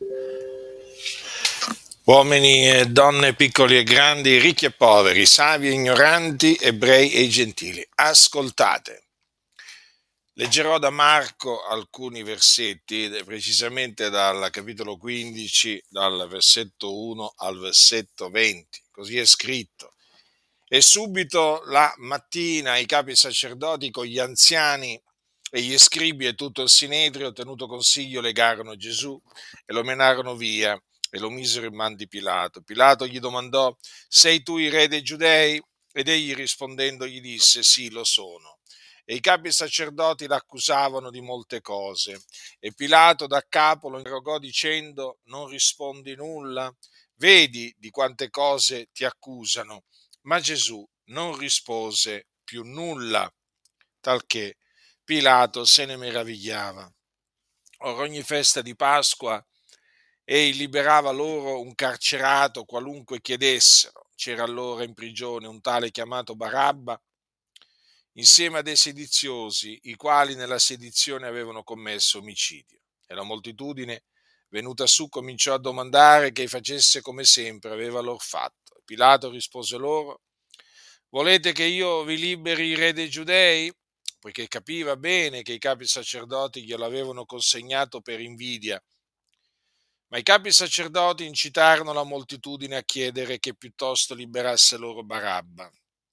Uomini e donne, piccoli e grandi, ricchi e poveri, savi e ignoranti, ebrei e gentili, ascoltate. Leggerò da Marco alcuni versetti, precisamente dal capitolo 15, dal versetto 1 al versetto 20. Così è scritto. E subito la mattina i capi sacerdoti con gli anziani e gli scribi e tutto il sinedrio, tenuto consiglio, legarono Gesù e lo menarono via e lo misero in man di Pilato. Pilato gli domandò: sei tu il re dei Giudei? Ed egli rispondendo gli disse: sì, lo sono. E i capi sacerdoti l'accusavano di molte cose. E Pilato da capo lo interrogò dicendo: non rispondi nulla? Vedi di quante cose ti accusano. Ma Gesù non rispose più nulla, talché Pilato se ne meravigliava. Or ogni festa di Pasqua ei liberava loro un carcerato qualunque chiedessero. C'era allora in prigione un tale chiamato Barabba, insieme a dei sediziosi, i quali nella sedizione avevano commesso omicidio. E la moltitudine, venuta su, cominciò a domandare che facesse come sempre aveva lor fatto. Pilato rispose loro: volete che io vi liberi il re dei Giudei? Poiché capiva bene che i capi sacerdoti glielo avevano consegnato per invidia. Ma i capi sacerdoti incitarono la moltitudine a chiedere che piuttosto liberasse loro Barabba.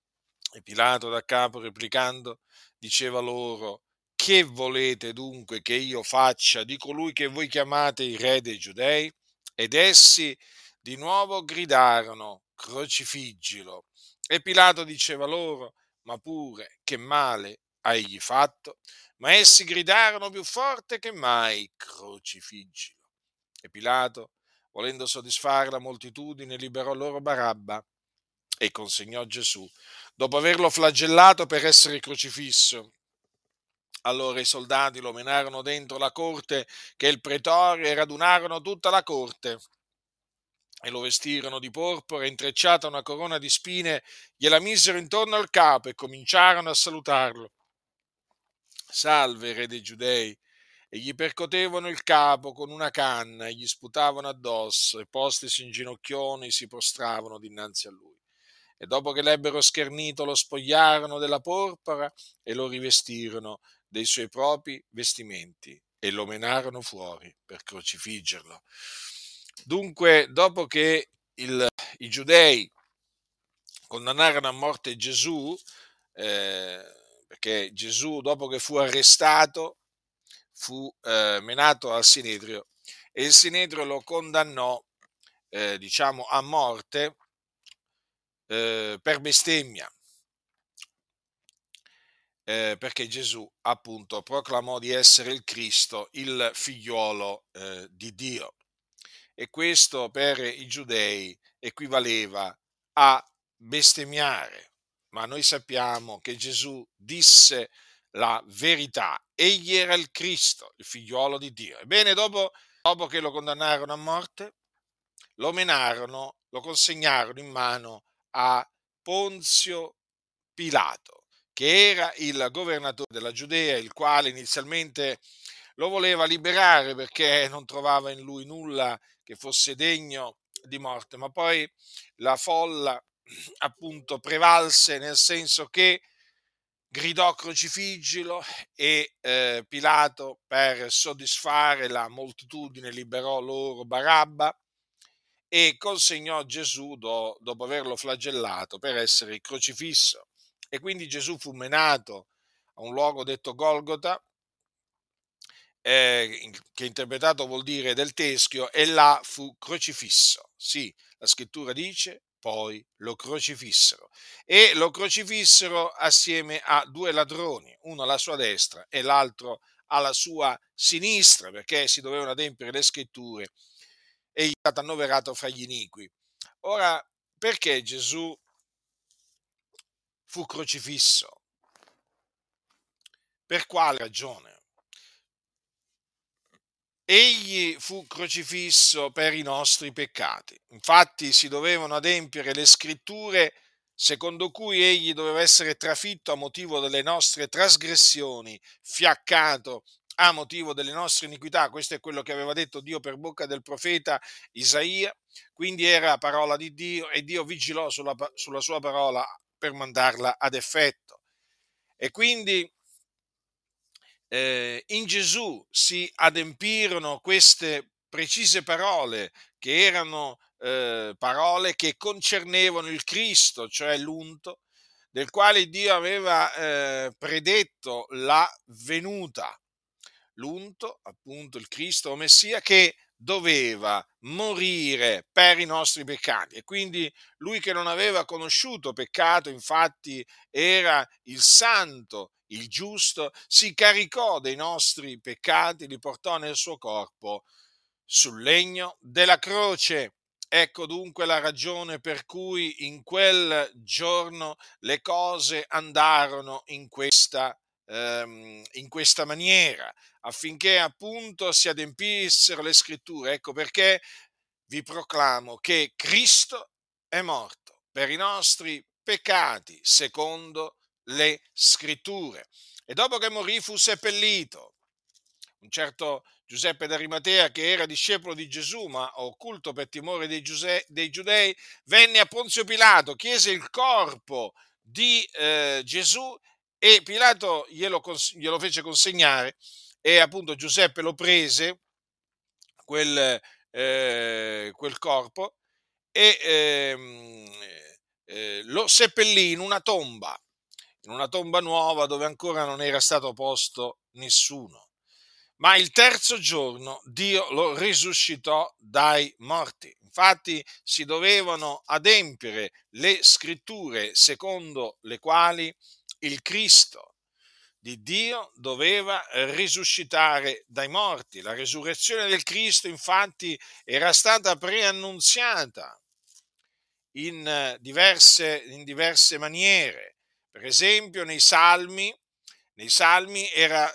E Pilato da capo, replicando, diceva loro: che volete dunque che io faccia di colui che voi chiamate il re dei Giudei? Ed essi di nuovo gridarono: crocifiggilo. E Pilato diceva loro: ma pure che male ha egli fatto? Ma essi gridarono più forte che mai: crocifiggilo. E Pilato, volendo soddisfare la moltitudine, liberò loro Barabba e consegnò Gesù, dopo averlo flagellato per essere crocifisso. Allora i soldati lo menarono dentro la corte, che è il pretorio, e radunarono tutta la corte. E lo vestirono di porpora, e intrecciata una corona di spine, gliela misero intorno al capo e cominciarono a salutarlo. Salve, re dei Giudei! E gli percotevano il capo con una canna e gli sputavano addosso, e postisi in ginocchioni si prostravano dinanzi a lui. E dopo che l'ebbero schernito lo spogliarono della porpora e lo rivestirono dei suoi propri vestimenti e lo menarono fuori per crocifiggerlo. Dunque, dopo che i giudei condannarono a morte Gesù, eh, perché Gesù, dopo che fu arrestato, fu menato al Sinedrio, e il Sinedrio lo condannò, a morte per bestemmia, perché Gesù appunto proclamò di essere il Cristo, il figliuolo di Dio. E questo per i giudei equivaleva a bestemmiare. Ma noi sappiamo che Gesù disse la verità. Egli era il Cristo, il figliuolo di Dio. Ebbene, dopo che lo condannarono a morte, lo menarono, lo consegnarono in mano a Ponzio Pilato, che era il governatore della Giudea, il quale inizialmente lo voleva liberare perché non trovava in lui nulla che fosse degno di morte, ma poi la folla appunto prevalse, nel senso che gridò crocifiggilo, e Pilato, per soddisfare la moltitudine, liberò loro Barabba e consegnò Gesù dopo averlo flagellato per essere crocifisso. E quindi Gesù fu menato a un luogo detto Golgota, che interpretato vuol dire del teschio, e là fu crocifisso. Sì, la scrittura dice: poi lo crocifissero. E lo crocifissero assieme a due ladroni, uno alla sua destra e l'altro alla sua sinistra, perché si dovevano adempiere le scritture. Egli è stato annoverato fra gli iniqui. Ora, perché Gesù fu crocifisso? Per quale ragione? Egli fu crocifisso per i nostri peccati. Infatti si dovevano adempiere le scritture secondo cui egli doveva essere trafitto a motivo delle nostre trasgressioni, fiaccato a motivo delle nostre iniquità. Questo è quello che aveva detto Dio per bocca del profeta Isaia, quindi era parola di Dio e Dio vigilò sulla sua parola per mandarla ad effetto. E quindi in Gesù si adempirono queste precise parole, che erano parole che concernevano il Cristo, cioè l'unto, del quale Dio aveva predetto la venuta. L'unto, appunto il Cristo o Messia, che doveva morire per i nostri peccati. E quindi lui, che non aveva conosciuto peccato, infatti era il santo, il giusto, si caricò dei nostri peccati, li portò nel suo corpo sul legno della croce. Ecco dunque la ragione per cui in quel giorno le cose andarono in questa maniera, affinché appunto si adempissero le scritture. Ecco perché vi proclamo che Cristo è morto per i nostri peccati, secondo le scritture. E dopo che morì fu seppellito. Un certo Giuseppe d'Arimatea, che era discepolo di Gesù, ma occulto per timore dei Giudei, venne a Ponzio Pilato, chiese il corpo di Gesù e Pilato glielo fece consegnare e appunto Giuseppe lo prese, quel corpo, e lo seppellì in una tomba nuova dove ancora non era stato posto nessuno. Ma il terzo giorno Dio lo risuscitò dai morti. Infatti si dovevano adempiere le scritture secondo le quali il Cristo di Dio doveva risuscitare dai morti. La risurrezione del Cristo, infatti, era stata preannunziata in diverse maniere. Per esempio, nei Salmi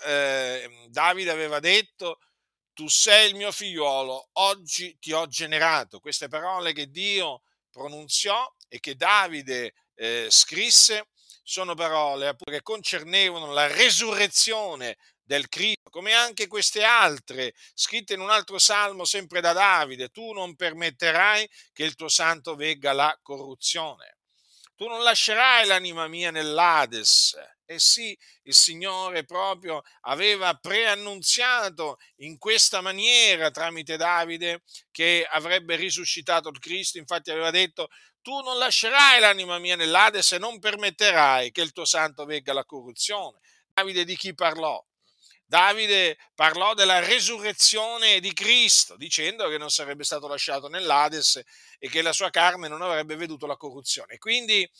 Davide aveva detto: tu sei il mio figliuolo, oggi ti ho generato. Queste parole che Dio pronunziò e che Davide scrisse sono parole appunto che concernevano la resurrezione del Cristo, come anche queste altre scritte in un altro salmo sempre da Davide: tu non permetterai che il tuo santo vegga la corruzione. Tu non lascerai l'anima mia nell'Ades. E sì, il Signore proprio aveva preannunziato in questa maniera tramite Davide che avrebbe risuscitato il Cristo. Infatti aveva detto: tu non lascerai l'anima mia nell'Ades e non permetterai che il tuo santo vegga la corruzione. Davide di chi parlò? Davide parlò della resurrezione di Cristo, dicendo che non sarebbe stato lasciato nell'Ades e che la sua carne non avrebbe veduto la corruzione. Quindi,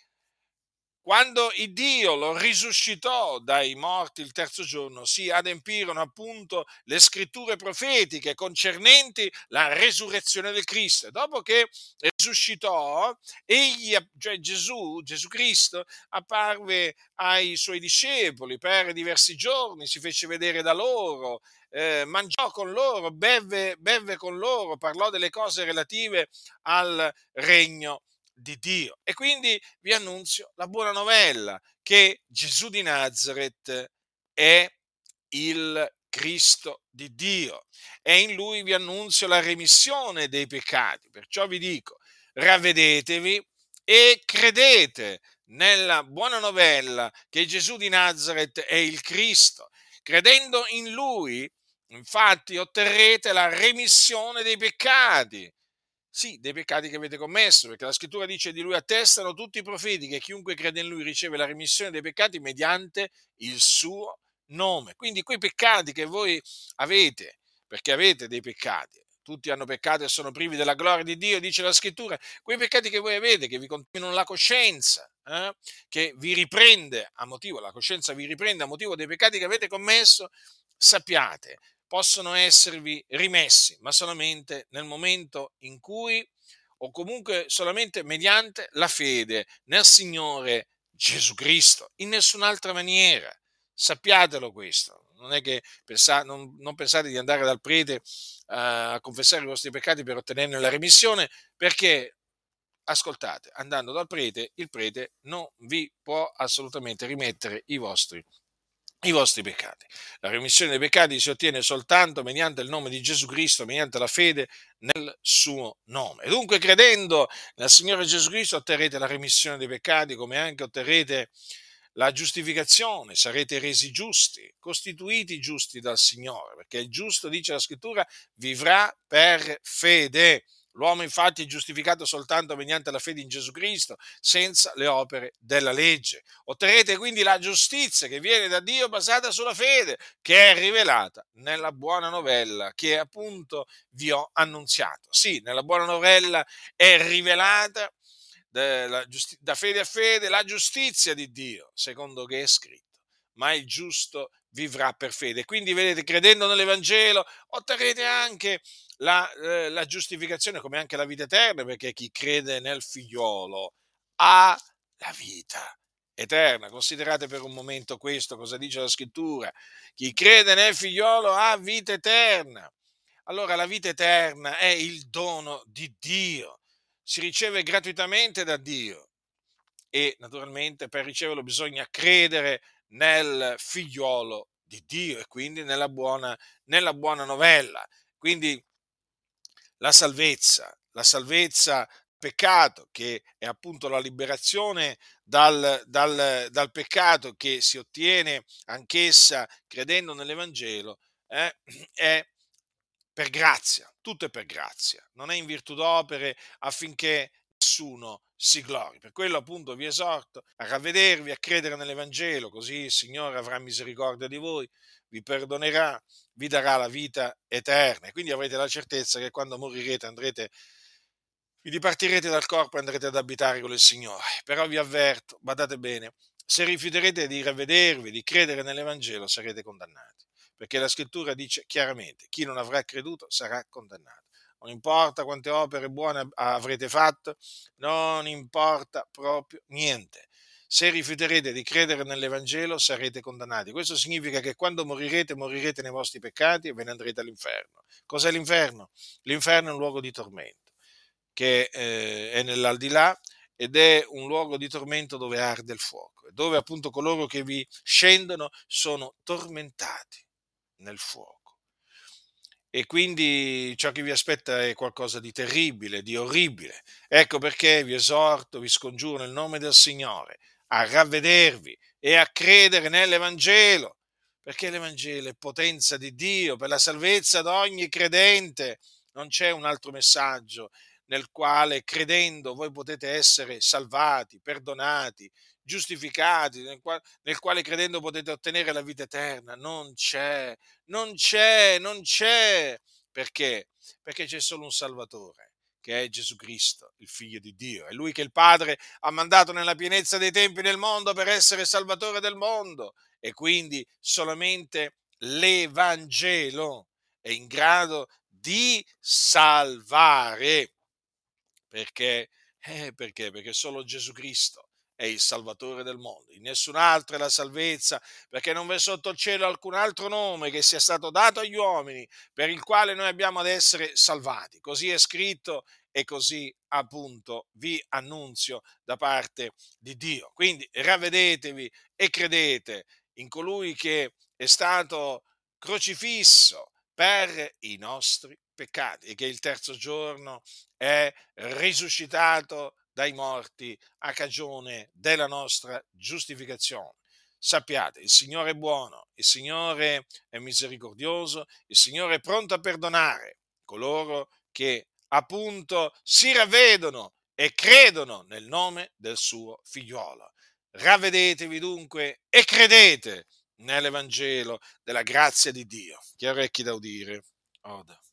quando il Dio lo risuscitò dai morti il terzo giorno, si adempirono appunto le scritture profetiche concernenti la resurrezione del Cristo. E dopo che risuscitò, egli, cioè Gesù Cristo, apparve ai suoi discepoli per diversi giorni, si fece vedere da loro, mangiò con loro, bevve con loro, parlò delle cose relative al regno di Dio. E quindi vi annunzio la buona novella che Gesù di Nazareth è il Cristo di Dio e in lui vi annunzio la remissione dei peccati. Perciò vi dico: ravvedetevi e credete nella buona novella che Gesù di Nazareth è il Cristo. Credendo in lui, infatti, otterrete la remissione dei peccati. Sì, dei peccati che avete commesso, perché la scrittura dice: di lui attestano tutti i profeti che chiunque crede in lui riceve la remissione dei peccati mediante il suo nome. Quindi quei peccati che voi avete, perché avete dei peccati, tutti hanno peccato e sono privi della gloria di Dio, dice la scrittura, quei peccati che voi avete, che vi contaminano la coscienza, che vi riprende a motivo, la coscienza vi riprende a motivo dei peccati che avete commesso, sappiate, possono esservi rimessi, ma solamente nel momento in cui, o comunque solamente mediante la fede nel Signore Gesù Cristo, in nessun'altra maniera. Sappiatelo questo. Non è che non pensate di andare dal prete a confessare i vostri peccati per ottenerne la remissione, perché, ascoltate, andando dal prete, il prete non vi può assolutamente rimettere i vostri i vostri peccati. La remissione dei peccati si ottiene soltanto mediante il nome di Gesù Cristo, mediante la fede nel suo nome. E dunque, credendo nel Signore Gesù Cristo, otterrete la remissione dei peccati, come anche otterrete la giustificazione, sarete resi giusti, costituiti giusti dal Signore, perché il giusto, dice la Scrittura, vivrà per fede. L'uomo infatti è giustificato soltanto mediante la fede in Gesù Cristo, senza le opere della legge. Otterrete quindi la giustizia che viene da Dio basata sulla fede, che è rivelata nella buona novella che appunto vi ho annunziato. Sì, nella buona novella è rivelata da fede a fede la giustizia di Dio, secondo che è scritto. Ma il giusto vivrà per fede. Quindi, vedete, credendo nell'Evangelo, otterrete anche la giustificazione, come anche la vita eterna, perché chi crede nel figliolo ha la vita eterna. Considerate per un momento questo, cosa dice la scrittura. Chi crede nel figliolo ha vita eterna. Allora la vita eterna è il dono di Dio, si riceve gratuitamente da Dio e naturalmente per riceverlo bisogna credere nel figliolo di Dio e quindi nella buona novella. Quindi la salvezza peccato, che è appunto la liberazione dal peccato che si ottiene anch'essa credendo nell'Evangelo, è per grazia, tutto è per grazia, non è in virtù d'opere affinché nessuno si glori. Per quello appunto vi esorto a ravvedervi, a credere nell'Evangelo, così il Signore avrà misericordia di voi, vi perdonerà, vi darà la vita eterna e quindi avrete la certezza che quando morirete vi dipartirete dal corpo e andrete ad abitare con il Signore. Però vi avverto, badate bene, se rifiuterete di ravvedervi, di credere nell'Evangelo, sarete condannati. Perché la scrittura dice chiaramente, chi non avrà creduto sarà condannato. Non importa quante opere buone avrete fatto, non importa proprio niente. Se rifiuterete di credere nell'Evangelo sarete condannati. Questo significa che quando morirete nei vostri peccati e ve ne andrete all'inferno. Cos'è l'inferno? L'inferno è un luogo di tormento che è nell'aldilà ed è un luogo di tormento dove arde il fuoco, e dove appunto coloro che vi scendono sono tormentati nel fuoco. E quindi ciò che vi aspetta è qualcosa di terribile, di orribile. Ecco perché vi esorto, vi scongiuro nel nome del Signore a ravvedervi e a credere nell'Evangelo, perché l'Evangelo è potenza di Dio per la salvezza di ogni credente. Non c'è un altro messaggio nel quale credendo voi potete essere salvati, perdonati, giustificati, nel quale credendo potete ottenere la vita eterna. Non c'è, non c'è, non c'è. Perché? Perché c'è solo un Salvatore, che è Gesù Cristo, il Figlio di Dio. È Lui che il Padre ha mandato nella pienezza dei tempi nel mondo per essere Salvatore del mondo. E quindi solamente l'Evangelo è in grado di salvare. Perché? Perché? Perché solo Gesù Cristo è il Salvatore del mondo, in nessun altro è la salvezza, perché non v'è sotto il cielo alcun altro nome che sia stato dato agli uomini per il quale noi abbiamo ad essere salvati. Così è scritto e così appunto vi annunzio da parte di Dio. Quindi ravvedetevi e credete in colui che è stato crocifisso per i nostri peccati e che il terzo giorno è risuscitato dai morti a cagione della nostra giustificazione. Sappiate, il Signore è buono, il Signore è misericordioso, il Signore è pronto a perdonare coloro che appunto si ravvedono e credono nel nome del suo figliuolo. Ravvedetevi dunque e credete nell'Evangelo della grazia di Dio. Chi ha orecchi da udire, oda.